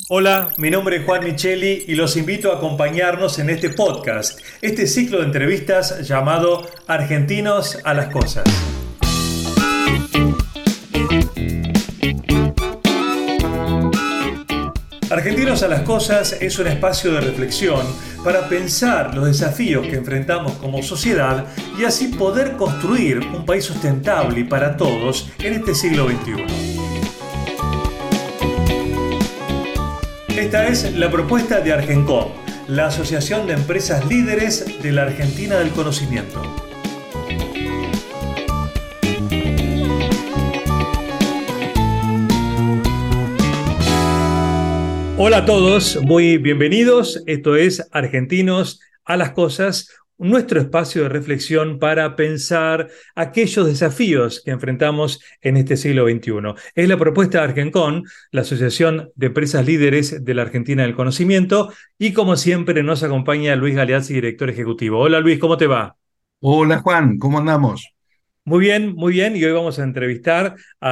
Hola, mi nombre es Juan Micheli y los invito a acompañarnos en este podcast, este ciclo de entrevistas llamado Argentinos a las Cosas. Argentinos a las Cosas es un espacio de reflexión para pensar los desafíos que enfrentamos como sociedad y así poder construir un país sustentable y para todos en este siglo XXI. Esta es la propuesta de Argencom, la Asociación de Empresas Líderes de la Argentina del Conocimiento. Hola a todos, muy bienvenidos. Esto es Argentinos a las Cosas, nuestro espacio de reflexión para pensar aquellos desafíos que enfrentamos en este siglo XXI. Es la propuesta de Argencom, la Asociación de Empresas Líderes de la Argentina del Conocimiento, y como siempre nos acompaña Luis Galeazzi, director ejecutivo. Hola Luis, ¿cómo te va? Hola Juan, ¿cómo andamos? Muy bien, y hoy vamos a entrevistar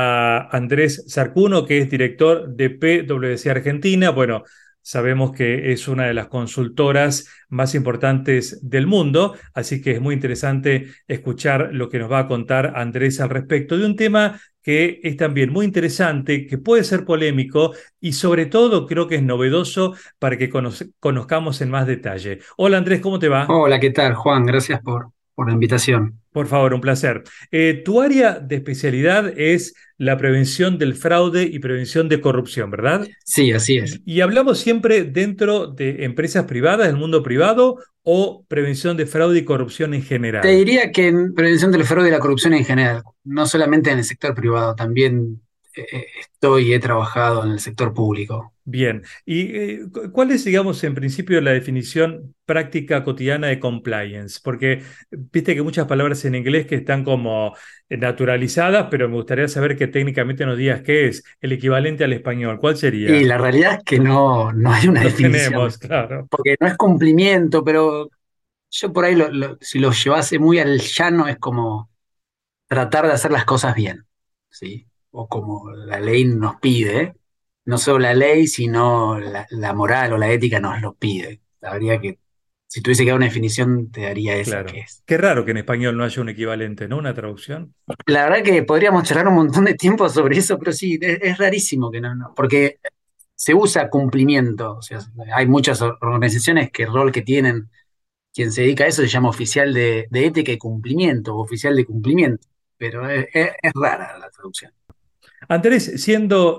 a Andrés Zarcuno, que es director de PwC Argentina. Bueno, sabemos que es una de las consultoras más importantes del mundo, así que es muy interesante escuchar lo que nos va a contar Andrés al respecto de un tema que es también muy interesante, que puede ser polémico y sobre todo creo que es novedoso para que conozcamos en más detalle. Hola Andrés, ¿cómo te va? Hola, ¿qué tal, Juan? Gracias por la invitación. Por favor, un placer. Tu área de especialidad es la prevención del fraude y prevención de corrupción, ¿verdad? Sí, así es. Y hablamos siempre dentro de empresas privadas, del mundo privado, o prevención de fraude y corrupción en Te general. diría que en prevención del fraude y la corrupción en general, no solamente en el sector privado, también estoy y he trabajado en el sector público. Bien. ¿Y cuál es, digamos, en principio la definición práctica cotidiana de compliance? Porque viste que muchas palabras en inglés que están como naturalizadas, pero me gustaría saber que técnicamente nos digas qué es el equivalente al español. ¿Cuál Y sería? la realidad es que no hay una No definición, tenemos, claro. porque no es cumplimiento, pero yo por ahí, si lo llevase muy al llano, es como tratar de hacer las cosas bien, ¿sí? O como la ley nos pide, no solo la ley, sino la moral o la ética nos lo pide. Habría que, si tuviese que dar una definición, te daría esa que Claro. es. Qué raro que en español no haya un equivalente, ¿no? Una traducción. La verdad que podríamos charlar un montón de tiempo sobre eso, pero sí, es rarísimo que porque se usa cumplimiento, o sea, hay muchas organizaciones que el rol que tienen quien se dedica a eso se llama oficial de ética y cumplimiento, o oficial de cumplimiento, pero es rara la traducción. Andrés, siendo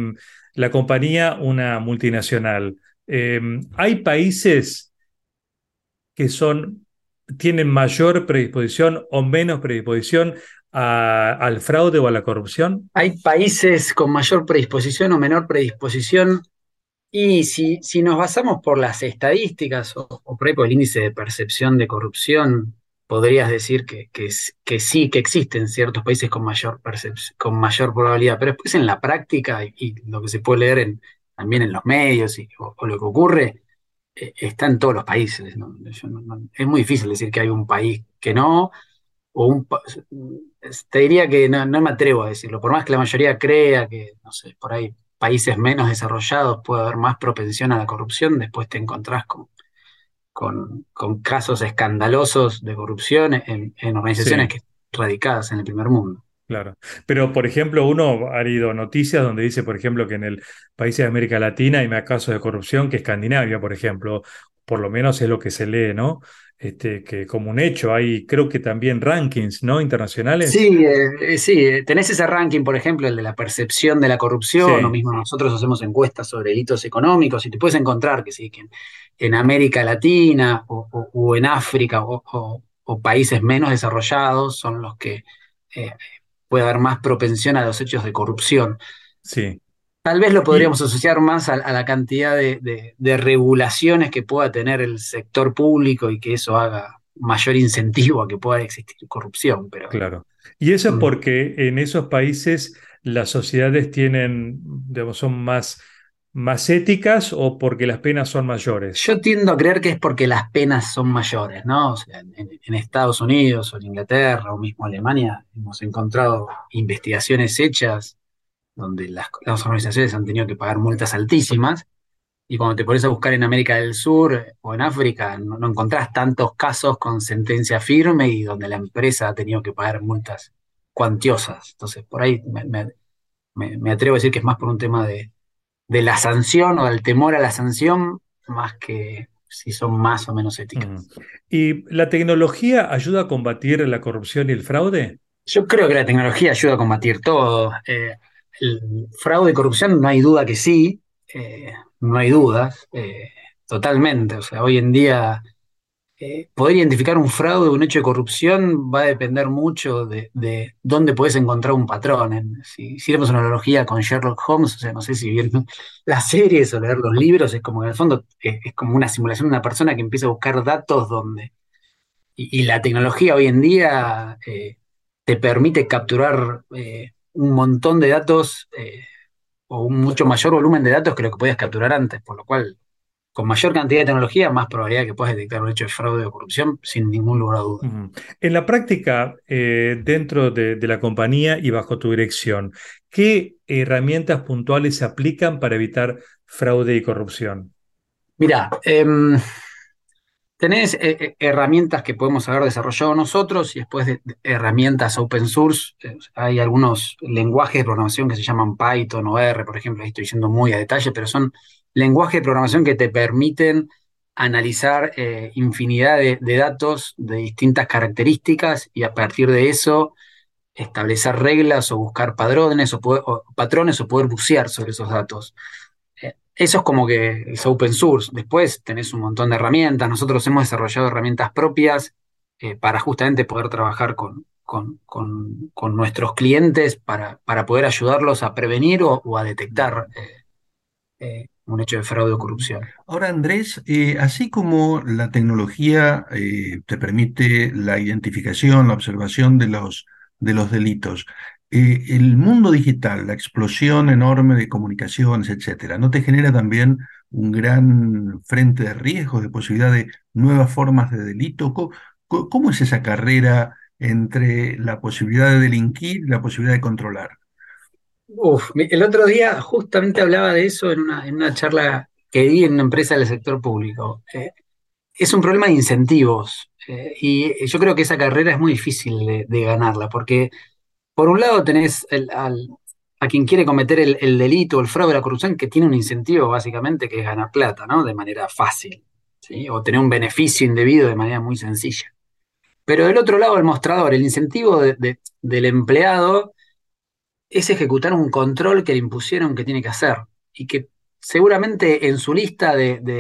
la compañía una multinacional, ¿hay países que tienen mayor predisposición o menos predisposición al fraude o a la corrupción? Hay países con mayor predisposición o menor predisposición, y si nos basamos por las estadísticas o por ahí por el índice de percepción de corrupción, podrías decir que sí, que existen ciertos países con con mayor probabilidad, pero después en la práctica y lo que se puede leer también en los medios o lo que ocurre, está en todos los países, ¿no? Es muy difícil decir que hay un país que no o te diría que no me atrevo a decirlo, por más que la mayoría crea que, no sé, por ahí países menos desarrollados puede haber más propensión a la corrupción, después te encontrás con casos escandalosos de corrupción en organizaciones Sí. que están radicadas en el primer mundo. Claro. Pero, por ejemplo, uno ha leído noticias donde dice, por ejemplo, que en el países de América Latina hay más casos de corrupción que Escandinavia, por ejemplo. Por lo menos es lo que se lee, ¿no? Que como un hecho hay, creo que también rankings, ¿no? Internacionales. Sí, tenés ese ranking, por ejemplo, el de la percepción de la corrupción, o Sí, mismo nosotros hacemos encuestas sobre delitos económicos, y te puedes encontrar que sí, que en América Latina o en África o países menos desarrollados son los que eh, puede haber más propensión a los hechos de corrupción. sí. Tal vez lo Y, podríamos asociar más a la cantidad de regulaciones que pueda tener el sector público y que eso haga mayor incentivo a que pueda existir corrupción, pero... claro. Y eso es mm, porque en esos países las sociedades tienen, digamos, son más éticas o porque las penas son mayores. Yo tiendo a creer que es porque las penas son mayores, ¿no? O sea, en Estados Unidos o en Inglaterra o mismo Alemania hemos encontrado investigaciones hechas donde las organizaciones han tenido que pagar multas altísimas, y cuando te pones a buscar en América del Sur o en África, no encontrás tantos casos con sentencia firme y donde la empresa ha tenido que pagar multas cuantiosas. Entonces, por ahí me atrevo a decir que es más por un tema de la sanción o del temor a la sanción, más que si son más o menos Mm. éticas. ¿Y la tecnología ayuda a combatir la corrupción y el fraude? Yo creo que la tecnología ayuda a combatir todo. El fraude y corrupción no hay duda que sí, no hay dudas, totalmente. O sea, hoy en día poder identificar un fraude o un hecho de corrupción va a depender mucho de dónde puedes encontrar un patrón. Si hiciéramos una analogía con Sherlock Holmes, o sea, no sé si vieron las series o leer los libros, es como que en el fondo es como una simulación de una persona que empieza a buscar datos donde y la tecnología hoy en día te permite capturar un montón de datos o un mucho mayor volumen de datos que lo que podías capturar antes, por lo cual, con mayor cantidad de tecnología, más probabilidad que puedas detectar un hecho de fraude o corrupción sin ningún lugar a duda. Ujú. En la práctica, dentro de la compañía y bajo tu dirección, ¿qué herramientas puntuales se aplican para evitar fraude y corrupción? Mira, tenés herramientas que podemos haber desarrollado nosotros y después de herramientas open source. Hay algunos lenguajes de programación que se llaman Python o R, por ejemplo, ahí estoy yendo muy a detalle, pero son lenguajes de programación que te permiten analizar infinidad de datos de distintas características y a partir de eso establecer reglas o buscar o patrones o poder bucear sobre esos datos. Eso es como que es open source. Después tenés un montón de herramientas. Nosotros hemos desarrollado herramientas propias para justamente poder trabajar con nuestros clientes para poder ayudarlos a prevenir o a detectar un hecho de fraude o corrupción. Ahora, Andrés, así como la tecnología te permite la identificación, la observación de los delitos, el mundo digital, la explosión enorme de comunicaciones, etcétera, ¿no te genera también un gran frente de riesgos, de posibilidad de nuevas formas de delito? ¿Cómo es esa carrera entre la posibilidad de delinquir y la posibilidad de controlar? El otro día justamente hablaba de eso en una charla que di en una empresa del sector público. Es un problema de incentivos y yo creo que esa carrera es muy difícil de ganarla porque por un lado tenés a quien quiere cometer el delito, el fraude, la corrupción, que tiene un incentivo básicamente que es ganar plata, ¿no? De manera fácil, ¿sí? O tener un beneficio indebido de manera muy sencilla. Pero del otro lado, el mostrador, el incentivo del empleado es ejecutar un control que le impusieron que tiene que hacer y que seguramente en su lista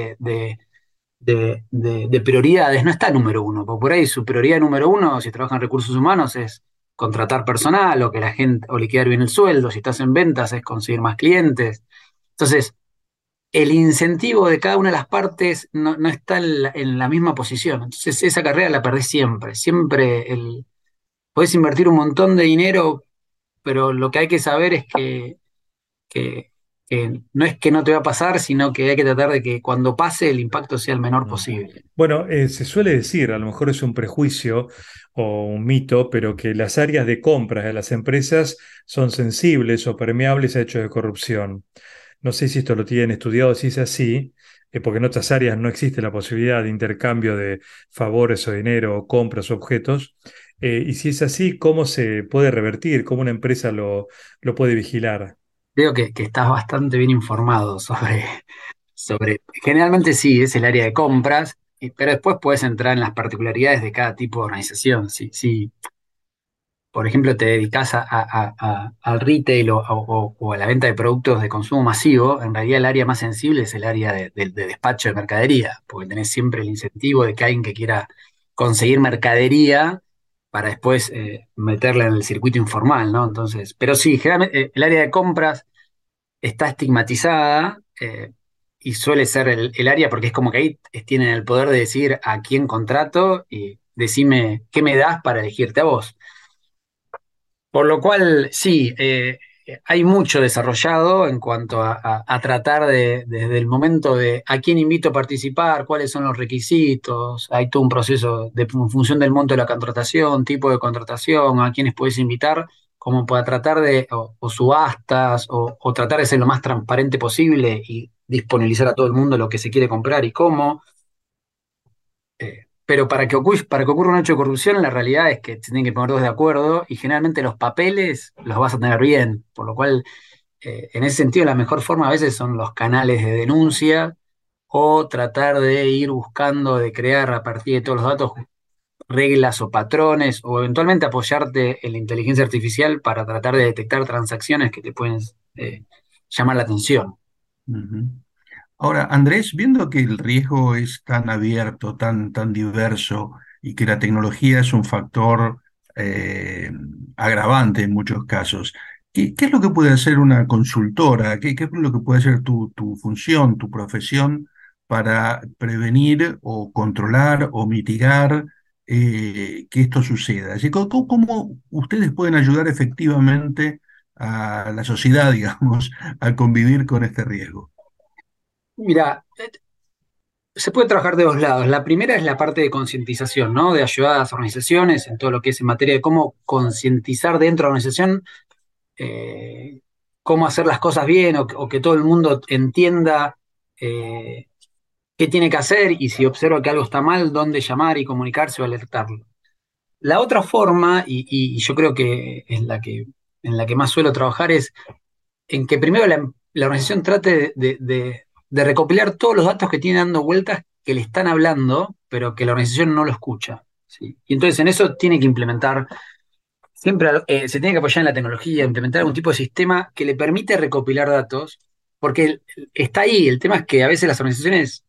de prioridades no está número uno, porque por ahí su prioridad número uno, si trabaja en recursos humanos, es contratar personal o que la gente, o liquidar bien el sueldo, si estás en ventas es conseguir más clientes. Entonces, el incentivo de cada una de las partes no está en la misma posición. Entonces, esa carrera la perdés siempre. Podés invertir un montón de dinero, pero lo que hay que saber es que, que no es que no te va a pasar, sino que hay que tratar de que cuando pase el impacto sea el menor Mm. posible. Bueno, se suele decir, a lo mejor es un prejuicio o un mito, pero que las áreas de compras de las empresas son sensibles o permeables a hechos de corrupción. No sé si esto lo tienen estudiado, si es así, porque en otras áreas no existe la posibilidad de intercambio de favores o dinero o compras o objetos. Y si es así, ¿cómo se puede revertir? ¿Cómo una empresa lo puede vigilar? Veo que estás bastante bien informado generalmente sí, es el área de compras, pero después puedes entrar en las particularidades de cada tipo de organización. Si, por ejemplo, te dedicas al retail o a la venta de productos de consumo masivo, en realidad el área más sensible es el área de despacho de mercadería, porque tenés siempre el incentivo de que alguien que quiera conseguir mercadería para después meterla en el circuito informal, ¿no? Entonces, pero sí, generalmente el área de compras está estigmatizada y suele ser el área porque es como que ahí tienen el poder de decir a quién contrato y decime qué me das para elegirte a vos. Por lo cual, sí, hay mucho desarrollado en cuanto a tratar desde el momento de a quién invito a participar, cuáles son los requisitos, hay todo un proceso en función del monto de la contratación, tipo de contratación, a quiénes puedes invitar, como para tratar o subastas, o tratar de ser lo más transparente posible y disponibilizar a todo el mundo lo que se quiere comprar y cómo. Pero para que ocurra un hecho de corrupción, la realidad es que se tienen que poner todos de acuerdo y generalmente los papeles los vas a tener bien, por lo cual, en ese sentido, la mejor forma a veces son los canales de denuncia o tratar de ir buscando, de crear a partir de todos los datos reglas o patrones, o eventualmente apoyarte en la inteligencia artificial para tratar de detectar transacciones que te pueden llamar la atención. Ujú. Ahora, Andrés, viendo que el riesgo es tan abierto, tan diverso y que la tecnología es un factor eh, agravante en muchos casos, ¿qué es lo que puede hacer una consultora? ¿Qué es lo que puede hacer tu función, tu profesión para prevenir o controlar o mitigar que esto suceda? Así, ¿cómo ustedes pueden ayudar efectivamente a la sociedad, digamos, a convivir con este riesgo? Mira, se puede trabajar de dos lados. La primera es la parte de concientización, ¿no? De ayudar a las organizaciones en todo lo que es en materia de cómo concientizar dentro de la organización, eh, cómo hacer las cosas bien o que todo el mundo entienda eh, qué tiene que hacer y si observa que algo está mal, dónde llamar y comunicarse o alertarlo. La otra forma, y yo creo que es en la que más suelo trabajar, es en que primero la organización trate de recopilar todos los datos que tiene dando vueltas que le están hablando, pero que la organización no lo escucha. ¿Sí? Y entonces en eso tiene que implementar, siempre se tiene que apoyar en la tecnología, implementar algún tipo de sistema que le permite recopilar datos, porque está ahí. El tema es que a veces las organizaciones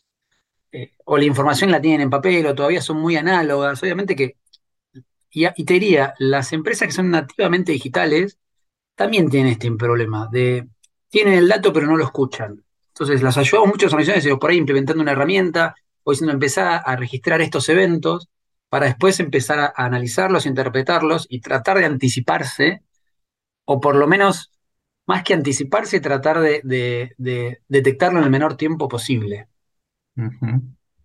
o la información la tienen en papel o todavía son muy análogas. Obviamente que, y te diría, las empresas que son nativamente digitales, también tienen este problema de tienen el dato pero no lo escuchan. Entonces las ayudamos muchas organizaciones por ahí implementando una herramienta o diciendo empezar a registrar estos eventos para después empezar a analizarlos, interpretarlos y tratar de anticiparse o por lo menos más que anticiparse tratar de detectarlo en el menor tiempo posible. Ujú,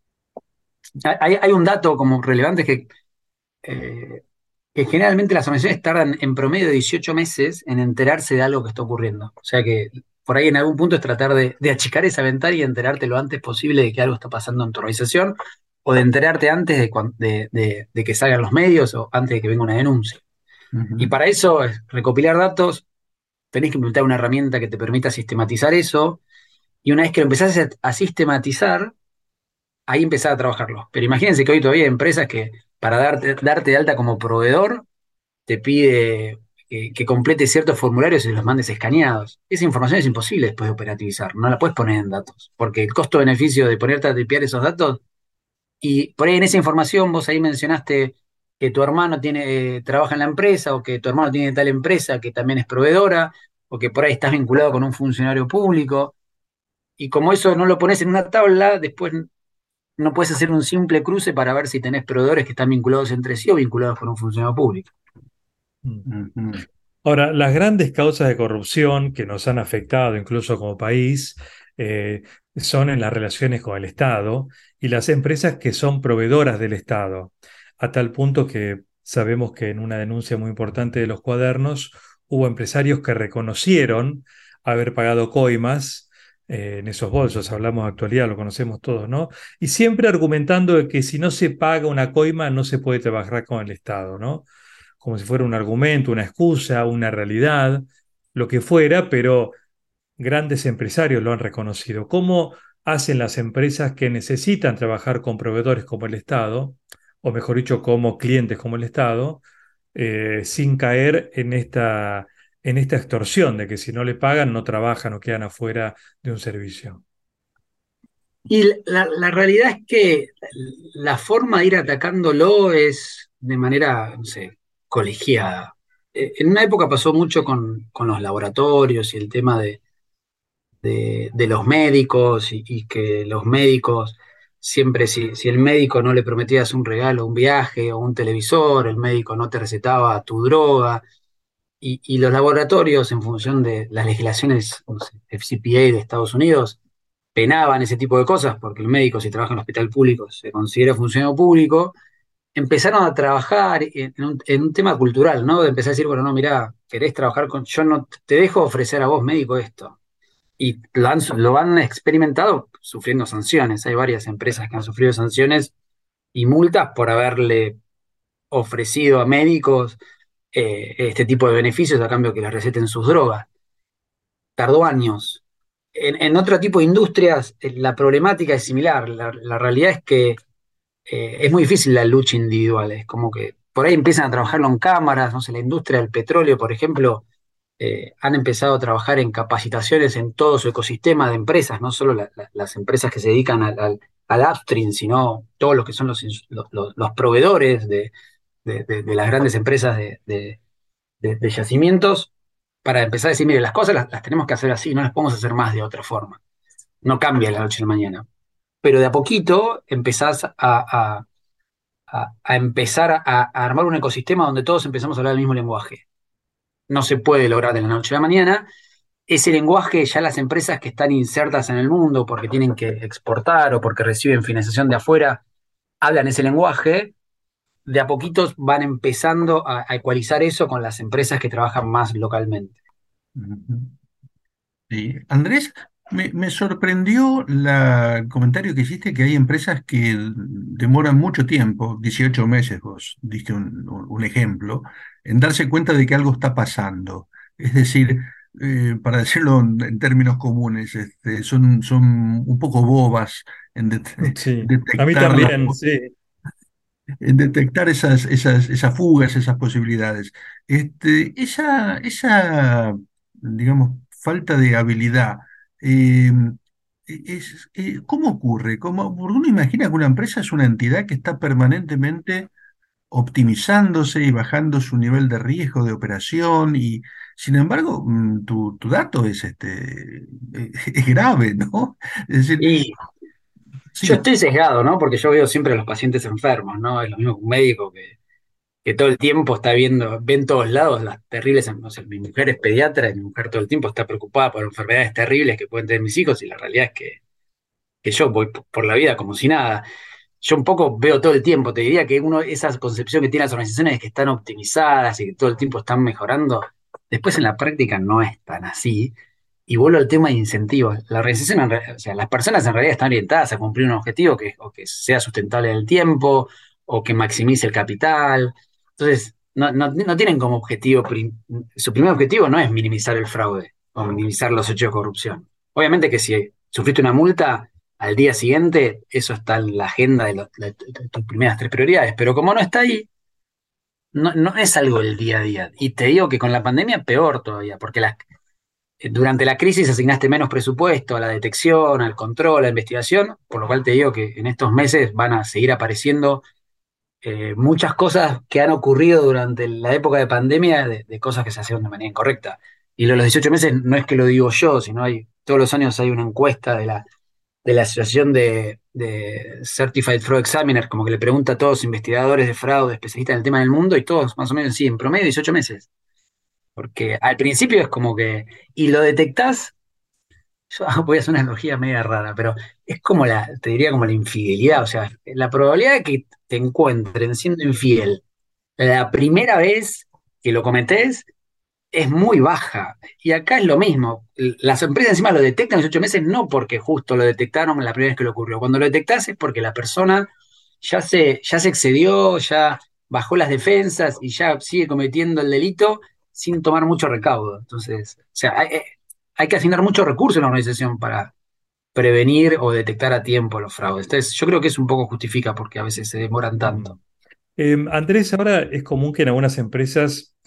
Hay un dato como relevante eh, que generalmente las organizaciones tardan en promedio 18 meses en enterarse de algo que está ocurriendo. O sea que por ahí en algún punto es tratar de achicar esa ventana y enterarte lo antes posible de que algo está pasando en tu organización o de enterarte antes de que salgan los medios o antes de que venga una denuncia. Y ujú, para eso es recopilar datos, tenés que implementar una herramienta que te permita sistematizar eso y una vez que lo empezás a sistematizar, ahí empezás a trabajarlo. Pero imagínense que hoy todavía hay empresas que para darte de alta como proveedor te pide que completes ciertos formularios y los mandes escaneados. Esa información es imposible después de operativizar, no la puedes poner en datos, porque el costo-beneficio de ponerte a tipear esos datos, y por ahí en esa información vos ahí mencionaste que tu hermano trabaja en la empresa, o que tu hermano tiene tal empresa que también es proveedora, o que por ahí estás vinculado con un funcionario público, y como eso no lo pones en una tabla, después no puedes hacer un simple cruce para ver si tenés proveedores que están vinculados entre sí o vinculados con un funcionario público. Mm. ujú. Ahora, las grandes causas de corrupción que nos han afectado incluso como país son en las relaciones con el Estado y las empresas que son proveedoras del Estado, a tal punto que sabemos que en una denuncia muy importante de los Cuadernos hubo empresarios que reconocieron haber pagado coimas en esos bolsos. Hablamos de actualidad, lo conocemos todos, ¿no? Y siempre argumentando de que si no se paga una coima no se puede trabajar con el Estado, ¿no? Como si fuera un argumento, una excusa, una realidad, lo que fuera, pero grandes empresarios lo han reconocido. ¿Cómo hacen las empresas que necesitan trabajar con proveedores como el Estado, o mejor dicho, como clientes como el Estado, sin caer en esta extorsión de que si no le pagan no trabajan o quedan afuera de un servicio? Y la realidad es que la forma de ir atacándolo es de manera, no sé, colegiada. En una época pasó mucho con los laboratorios y el tema de los médicos y que los médicos siempre, si el médico no le prometías un regalo, un viaje o un televisor, el médico no te recetaba tu droga. Y los laboratorios, en función de las legislaciones, no sé, FCPA de Estados Unidos, penaban ese tipo de cosas, porque el médico, si trabaja en un hospital público, se considera funcionario público, empezaron a trabajar en un tema cultural, ¿no? De empezar a decir, bueno, no, mirá, querés trabajar con, yo no te dejo ofrecer a vos, médico, esto. y lo han experimentado sufriendo sanciones. Hay varias empresas que han sufrido sanciones y multas por haberle ofrecido a médicos este tipo de beneficios a cambio que les receten sus drogas. Tardó años. En otro tipo de industrias la problemática es similar. La realidad es que es muy difícil la lucha individual. Es como que por ahí empiezan a trabajarlo en cámaras, no sé, la industria del petróleo, por ejemplo, han empezado a trabajar en capacitaciones en todo su ecosistema de empresas, no solo las empresas que se dedican al upstream, sino todos los que son los proveedores de las grandes empresas de yacimientos, para empezar a decir, mire, las cosas las tenemos que hacer así, no las podemos hacer más de otra forma. No cambia de la noche a la mañana. Pero de a poquito empezás a empezar a armar un ecosistema donde todos empezamos a hablar el mismo lenguaje. No se puede lograr de la noche a la mañana. Ese lenguaje ya las empresas que están insertas en el mundo porque tienen que exportar o porque reciben financiación de afuera, hablan ese lenguaje, de a poquitos van empezando a ecualizar eso con las empresas que trabajan más localmente. Ujú. Sí. Andrés, me sorprendió el comentario que hiciste que hay empresas que demoran mucho tiempo, 18 meses, vos diste un ejemplo, en darse cuenta de que algo está pasando. Es decir, para decirlo en términos comunes, son un poco bobas en Sí, a mí detectar también, sí. en detectar esas fugas, esas posibilidades. Esa, digamos, falta de habilidad, eh, ¿cómo ocurre? Porque uno imagina que una empresa es una entidad que está permanentemente optimizándose y bajando su nivel de riesgo de operación y, sin embargo, tu dato es grave, ¿no? Es decir, Y yo sí. estoy sesgado, ¿no? Porque yo veo siempre a los pacientes enfermos, ¿no? Es lo mismo que un médico que todo el tiempo está viendo, ve en todos lados las terribles, o sea, mi mujer es pediatra y mi mujer todo el tiempo está preocupada por enfermedades terribles que pueden tener mis hijos y la realidad es que yo voy por la vida como si nada. Yo un poco veo todo el tiempo, te diría que esa concepción que tienen las organizaciones de que están optimizadas y que todo el tiempo están mejorando, después en la práctica no es tan así. Y vuelvo al tema de incentivos. La organización, o sea, las personas en realidad están orientadas a cumplir un objetivo o que sea sustentable en el tiempo, o que maximice el capital. Entonces, no tienen como objetivo, su primer objetivo no es minimizar el fraude o minimizar los hechos de corrupción. Obviamente que si sufriste una multa, al día siguiente eso está en la agenda de tus primeras tres prioridades, pero como no está ahí, no es algo del día a día. Y te digo que con la pandemia peor todavía, porque durante la crisis asignaste menos presupuesto a la detección, al control, a la investigación, por lo cual te digo que en estos meses van a seguir apareciendo muchas cosas que han ocurrido durante la época de pandemia de cosas que se hacían de manera incorrecta. Y lo de los 18 meses no es que lo digo yo, sino todos los años hay una encuesta de la Asociación de Certified Fraud Examiners, como que le pregunta a todos los investigadores de fraude, especialistas en el tema del mundo, y todos más o menos sí, en promedio 18 meses. Porque al principio es como que, y lo detectás, yo voy a hacer una analogía media rara, pero es como te diría como la infidelidad, o sea, la probabilidad de que te encuentren siendo infiel la primera vez que lo cometés es muy baja. Y acá es lo mismo. Las empresas encima lo detectan en los 8 meses no porque justo lo detectaron la primera vez que lo ocurrió. Cuando lo detectás es porque la persona ya se excedió, ya bajó las defensas y ya sigue cometiendo el delito sin tomar mucho recaudo. Entonces, o sea, hay que asignar mucho recurso en la organización para prevenir o detectar a tiempo los fraudes. Entonces, yo creo que eso un poco justifica porque a veces se demoran tanto. Andrés, ahora es común que en algunas empresas,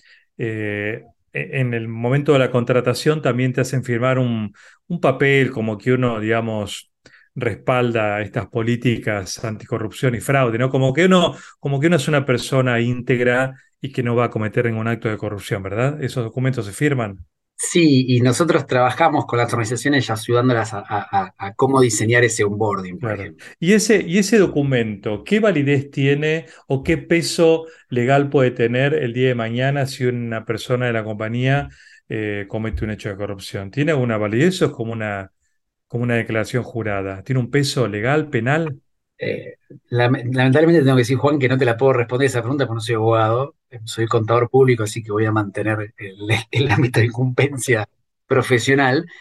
en el momento de la contratación, también te hacen firmar un papel como que uno, digamos, respalda estas políticas anticorrupción y fraude, ¿no? Como que uno es una persona íntegra y que no va a cometer ningún acto de corrupción, ¿verdad? Esos documentos se firman. Sí, y nosotros trabajamos con las organizaciones ayudándolas a cómo diseñar ese onboarding, por Claro. ejemplo. Y ese documento, ¿qué validez tiene o qué peso legal puede tener el día de mañana si una persona de la compañía comete un hecho de corrupción? ¿Tiene alguna validez o es como una declaración jurada? ¿Tiene un peso legal, penal? Eh, Lamentablemente tengo que decir, Juan, que no te la puedo responder esa pregunta porque no soy abogado, soy contador público, así que voy a mantener el ámbito de incumbencia profesional.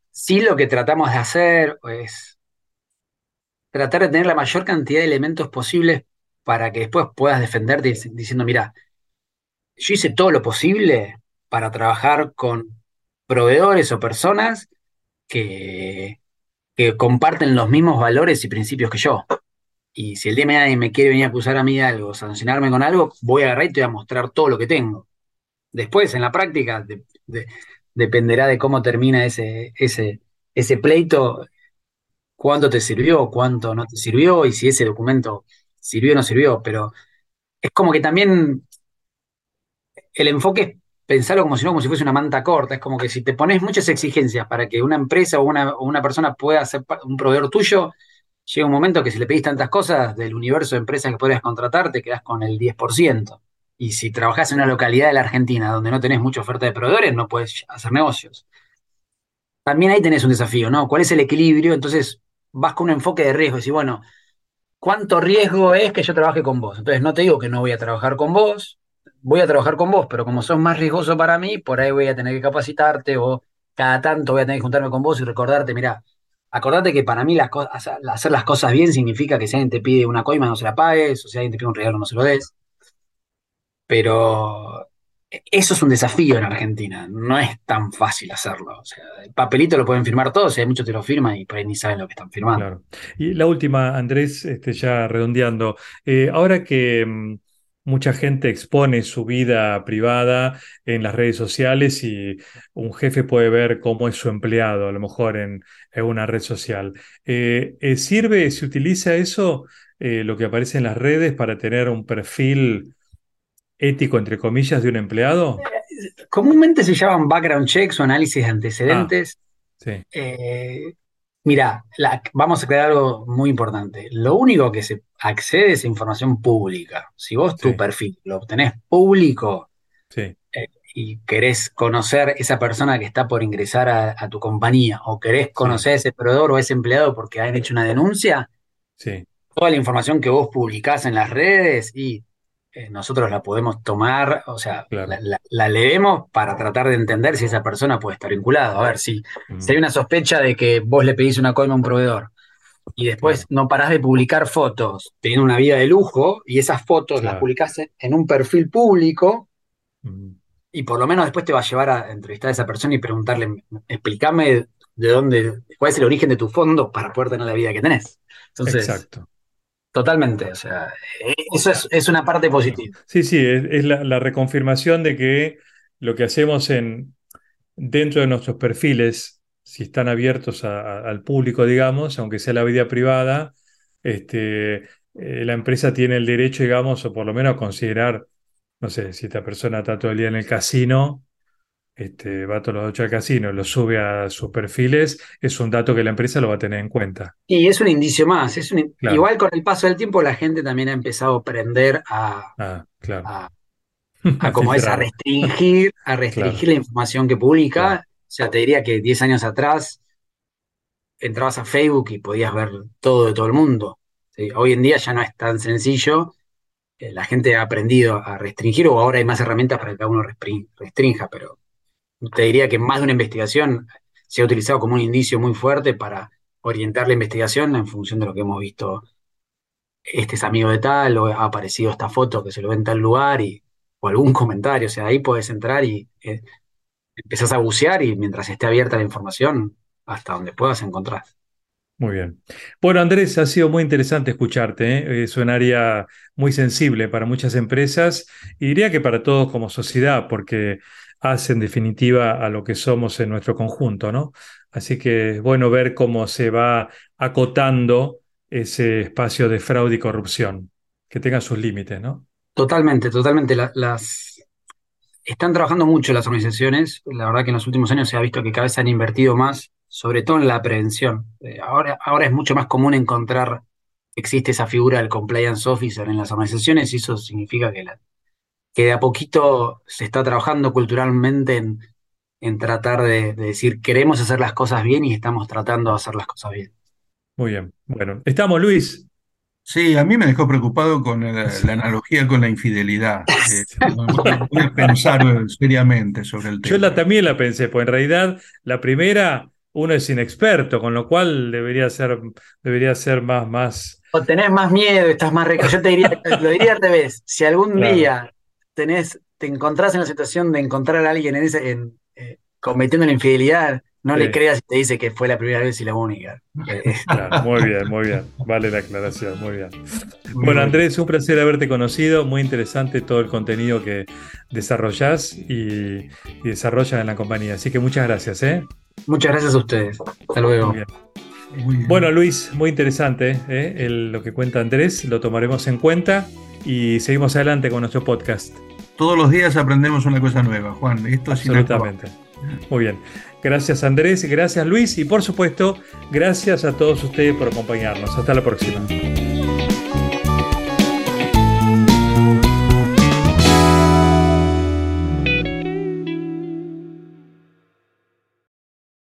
Sí, lo que tratamos de hacer es tratar de tener la mayor cantidad de elementos posibles para que después puedas defenderte diciendo, mira, yo hice todo lo posible para trabajar con proveedores o personas que, que comparten los mismos valores y principios que yo. Y si el día de mañana me quiere venir a acusar a mí de algo, sancionarme con algo, voy a agarrar y te voy a mostrar todo lo que tengo. Después, en la práctica, dependerá de cómo termina ese pleito, cuánto te sirvió, cuánto no te sirvió y si ese documento sirvió o no sirvió. Pero es como que también el enfoque es pensarlo como si no, como si fuese una manta corta. Es como que si te pones muchas exigencias para que una empresa o una persona pueda ser un proveedor tuyo, llega un momento que si le pedís tantas cosas del universo de empresas que podrías contratar, te quedás con el 10%. Y si trabajás en una localidad de la Argentina donde no tenés mucha oferta de proveedores, no puedes hacer negocios. También ahí tenés un desafío, ¿no? ¿Cuál es el equilibrio? Entonces vas con un enfoque de riesgo y decís, bueno, ¿cuánto riesgo es que yo trabaje con vos? Entonces no te digo que no voy a trabajar con vos, voy a trabajar con vos, pero como sos más riesgoso para mí, por ahí voy a tener que capacitarte o cada tanto voy a tener que juntarme con vos y recordarte, mira, acordate que para mí hacer las cosas bien significa que si alguien te pide una coima no se la pagues, o si alguien te pide un regalo no se lo des, pero eso es un desafío en Argentina, no es tan fácil hacerlo. O sea, el papelito lo pueden firmar todos, y hay muchos que lo firman y por ahí ni saben lo que están firmando. Claro. Y la última, Andrés, ya redondeando, ahora que mucha gente expone su vida privada en las redes sociales y un jefe puede ver cómo es su empleado, a lo mejor en una red social, ¿sirve, se utiliza eso, lo que aparece en las redes, para tener un perfil ético, entre comillas, de un empleado? Comúnmente se llaman background checks o análisis de Ah, antecedentes. sí, Eh, Mira, vamos a crear algo muy importante. Lo único que se accede es información pública. Si vos tu sí, perfil lo obtenés público sí, y querés conocer esa persona que está por ingresar a tu compañía o querés sí, conocer a ese proveedor o a ese empleado porque han hecho una denuncia, sí, toda la información que vos publicás en las redes y nosotros la podemos tomar, o sea, claro, la leemos para tratar de entender si esa persona puede estar vinculada. A ver, si hay mm, una sospecha de que vos le pedís una coima a un proveedor y después claro, no parás de publicar fotos teniendo una vida de lujo y esas fotos las claro. publicás en un perfil público Mm. y por lo menos después te va a llevar a entrevistar a esa persona y preguntarle, explícame de dónde, cuál es el origen de tu fondo para poder tener la vida que tenés. Entonces, Exacto. totalmente, o sea, eso es una parte Claro. positiva. Sí, sí, es la reconfirmación de que lo que hacemos dentro de nuestros perfiles, si están abiertos al público, digamos, aunque sea la vida privada, la empresa tiene el derecho, digamos, o por lo menos a considerar, no sé, si esta persona está todo el día en el casino, va todos los 8 al casino, lo sube a sus perfiles, es un dato que la empresa lo va a tener en cuenta. Y es un indicio más, Claro. igual con el paso del tiempo la gente también ha empezado a aprender Ah, claro. a, A como es filtrar. a restringir Claro, la información que claro. publica. O sea, te diría que 10 años atrás entrabas a Facebook y podías ver todo de todo el mundo. ¿Sí? Hoy en día ya no es tan sencillo. La gente ha aprendido a restringir o ahora hay más herramientas para que cada uno restrinja, pero te diría que más de una investigación se ha utilizado como un indicio muy fuerte para orientar la investigación en función de lo que hemos visto. Este es amigo de tal, o ha aparecido esta foto que se lo ve en tal lugar, o algún comentario. O sea, ahí puedes entrar y empezás a bucear y mientras esté abierta la información, hasta donde puedas encontrar. Muy bien. Bueno, Andrés, ha sido muy interesante escucharte, ¿eh? Es un área muy sensible para muchas empresas y diría que para todos como sociedad, porque hace en definitiva a lo que somos en nuestro conjunto, ¿no? Así que bueno ver cómo se va acotando ese espacio de fraude y corrupción, que tenga sus límites, ¿no? Totalmente, totalmente. Están trabajando mucho las organizaciones. La verdad que en los últimos años se ha visto que cada vez se han invertido más, sobre todo en la prevención. Ahora es mucho más común encontrar, existe esa figura del compliance officer en las organizaciones y eso significa que de a poquito se está trabajando culturalmente en tratar de decir queremos hacer las cosas bien y estamos tratando de hacer las cosas bien. Muy bien. Bueno, estamos, Luis. Sí, a mí me dejó preocupado con la analogía con la infidelidad. Voy a pensar seriamente sobre el Yo tema. también la pensé, pues en realidad la primera uno es inexperto, con lo cual debería ser más, O tenés más miedo, estás más yo te diría, lo diría al revés. Si algún claro. día te encontrás en la situación de encontrar a alguien cometiendo una infidelidad, no le Sí, creas si te dice que fue la primera vez y la única. claro, muy bien, muy bien. Vale la aclaración, muy bien. Muy Bueno, bueno. Andrés, un placer haberte conocido, muy interesante todo el contenido que desarrollás y desarrollan en la compañía. Así que muchas gracias, ¿eh? Muchas gracias a ustedes. Hasta Muy luego. bien. Muy Bueno, bien. Luis, muy interesante, ¿eh? Lo que cuenta Andrés, lo tomaremos en cuenta y seguimos adelante con nuestro podcast. Todos los días aprendemos una cosa nueva, Juan. Esto es inacabable. Absolutamente. Muy bien. Gracias, Andrés, gracias, Luis, y por supuesto, gracias a todos ustedes por acompañarnos. Hasta la próxima.